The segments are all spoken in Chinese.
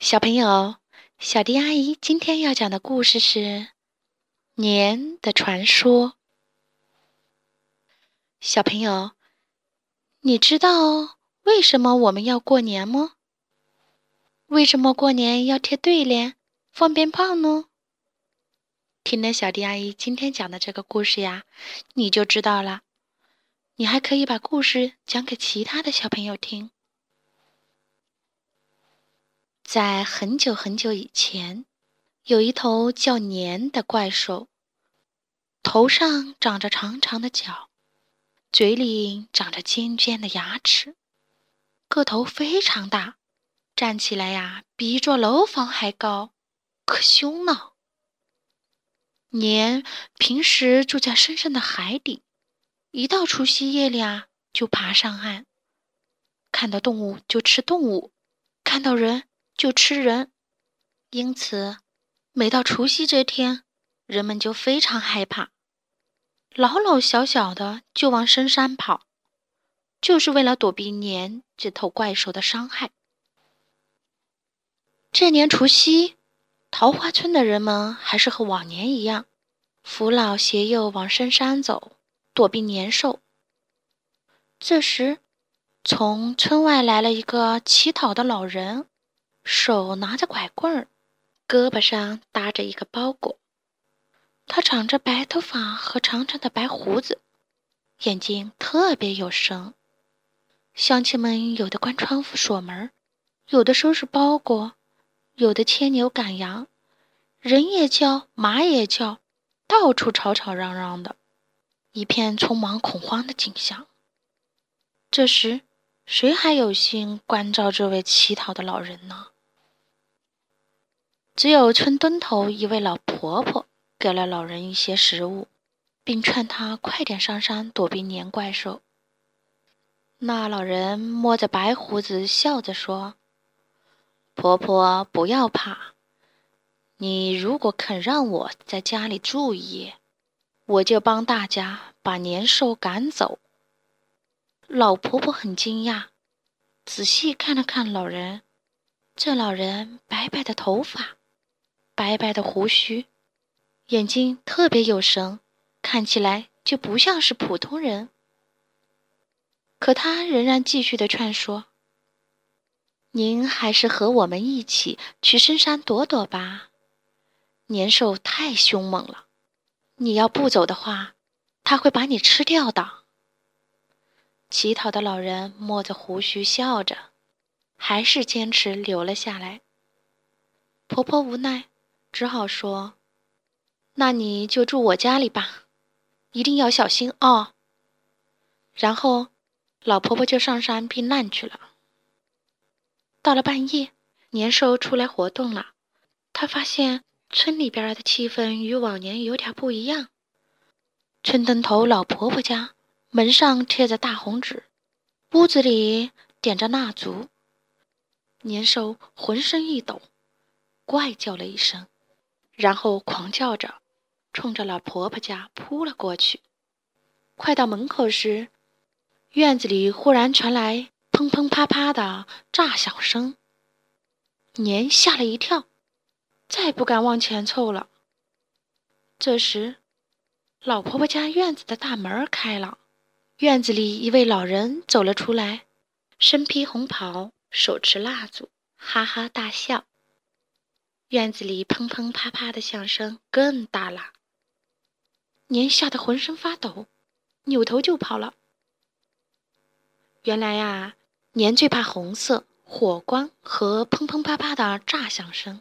小朋友，小迪阿姨今天要讲的故事是年的传说。小朋友，你知道为什么我们要过年吗？为什么过年要贴对联、放鞭炮呢？听了小迪阿姨今天讲的这个故事呀，你就知道了。你还可以把故事讲给其他的小朋友听。在很久很久以前，有一头叫年的怪兽，头上长着长长的角，嘴里长着尖尖的牙齿，个头非常大，站起来呀，比一座楼房还高，可凶呢。年平时住在深深的海底，一到除夕夜里就爬上岸，看到动物就吃动物，看到人就吃人。因此，每到除夕这天，人们就非常害怕，老老小小的就往深山跑，就是为了躲避年这头怪兽的伤害。这年除夕，桃花村的人们还是和往年一样，扶老携幼往深山走，躲避年兽。这时，从村外来了一个乞讨的老人，手拿着拐棍儿，胳膊上搭着一个包裹。他长着白头发和长长的白胡子，眼睛特别有神。乡亲们有的关窗户锁门，有的收拾包裹，有的牵牛赶羊，人也叫，马也叫，到处吵吵嚷嚷的，一片匆忙恐慌的景象。这时，谁还有心关照这位乞讨的老人呢？只有村墩头一位老婆婆给了老人一些食物，并劝他快点上山躲避年怪兽。那老人摸着白胡子笑着说：婆婆不要怕，你如果肯让我在家里住一夜，我就帮大家把年兽赶走。老婆婆很惊讶，仔细看了看老人，这老人白白的头发，白白的胡须，眼睛特别有神，看起来就不像是普通人。可他仍然继续的劝说：您还是和我们一起去深山躲躲吧，年兽太凶猛了，你要不走的话，它会把你吃掉的。乞讨的老人摸着胡须笑着，还是坚持留了下来。婆婆无奈，只好说：那你就住我家里吧，一定要小心哦。然后老婆婆就上山避难去了。到了半夜，年兽出来活动了，他发现村里边的气氛与往年有点不一样。村墩头老婆婆家门上贴着大红纸，屋子里点着蜡烛。年兽浑身一抖，怪叫了一声，然后狂叫着冲着老婆婆家扑了过去。快到门口时，院子里忽然传来砰砰啪啪的炸响声。年吓了一跳，再不敢往前凑了。这时，老婆婆家院子的大门开了，院子里一位老人走了出来，身披红袍，手持蜡烛，哈哈大笑。院子里砰砰啪啪的响声更大了，年吓得浑身发抖，扭头就跑了。原来年最怕红色、火光和砰砰啪啪的炸响声。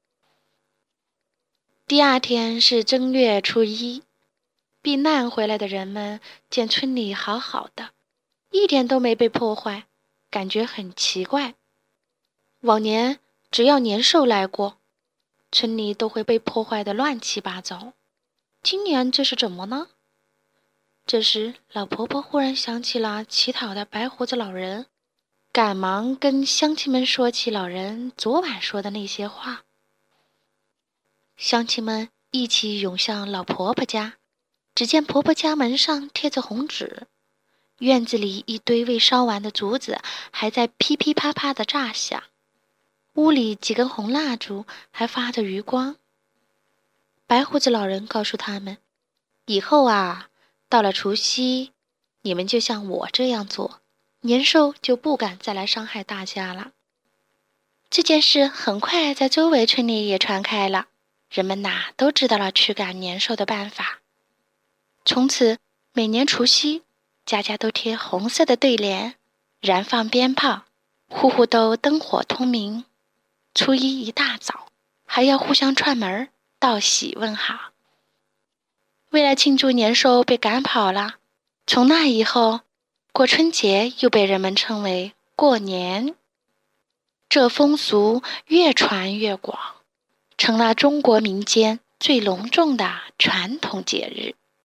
第二天是正月初一，避难回来的人们见村里好好的，一点都没被破坏，感觉很奇怪。往年只要年兽来过，村里都会被破坏得乱七八糟，今年这是怎么呢？这时老婆婆忽然想起了乞讨的白胡子老人，赶忙跟乡亲们说起老人昨晚说的那些话。乡亲们一起涌向老婆婆家，只见婆婆家门上贴着红纸，院子里一堆未烧完的竹子还在噼噼啪啪的炸响。 屋里几根红蜡烛还发着余光。白胡子老人告诉他们，以后啊，到了除夕，你们就像我这样做，年兽就不敢再来伤害大家了。这件事很快在周围村里也传开了，人们呐都知道了驱赶年兽的办法。从此，每年除夕，家家都贴红色的对联，燃放鞭炮，户户都灯火通明。初一一大早，还要互相串门道喜问好。为了庆祝年兽被赶跑了，从那以后，过春节又被人们称为过年。这风俗越传越广，成了中国民间最隆重的传统节日。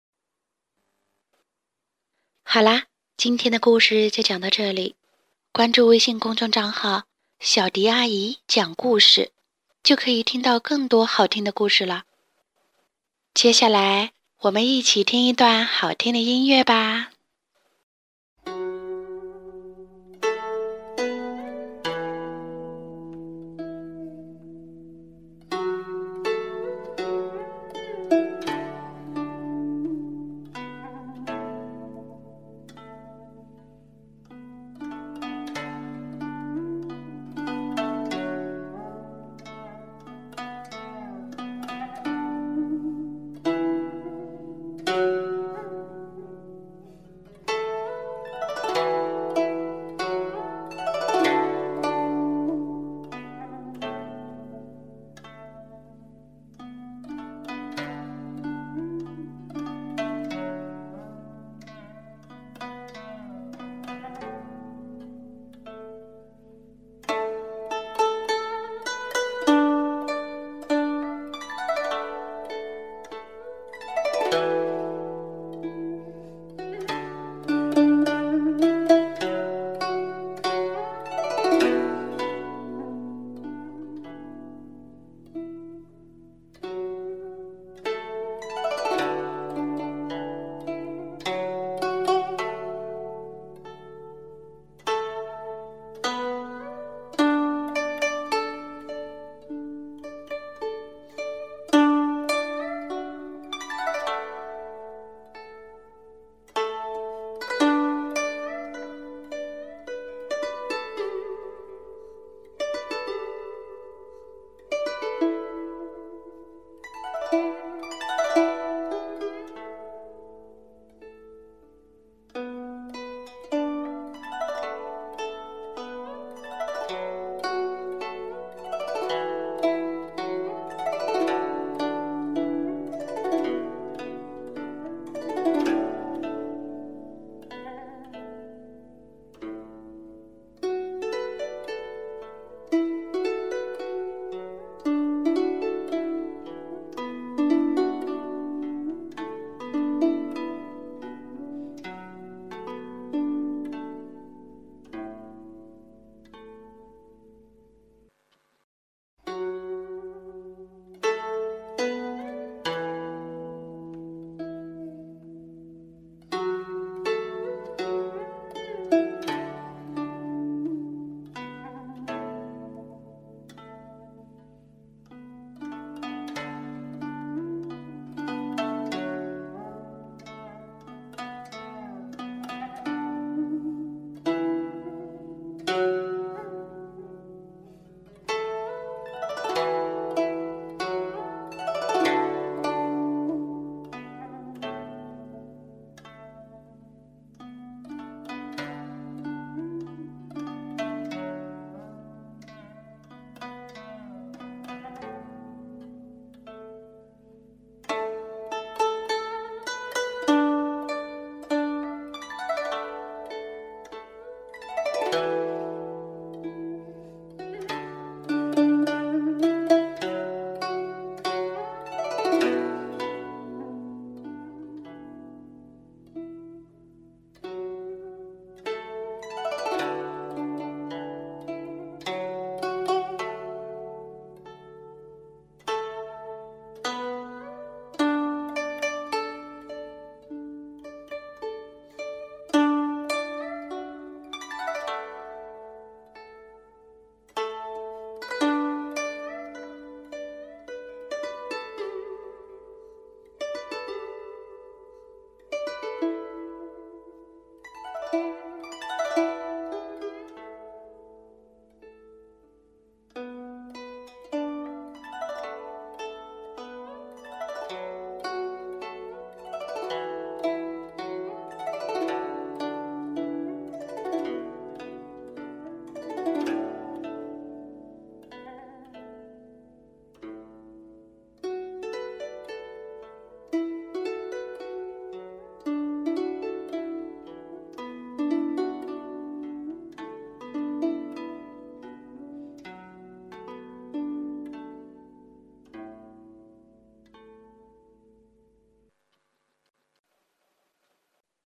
好啦，今天的故事就讲到这里。关注微信公众账号小迪阿姨讲故事，就可以听到更多好听的故事了。接下来我们一起听一段好听的音乐吧。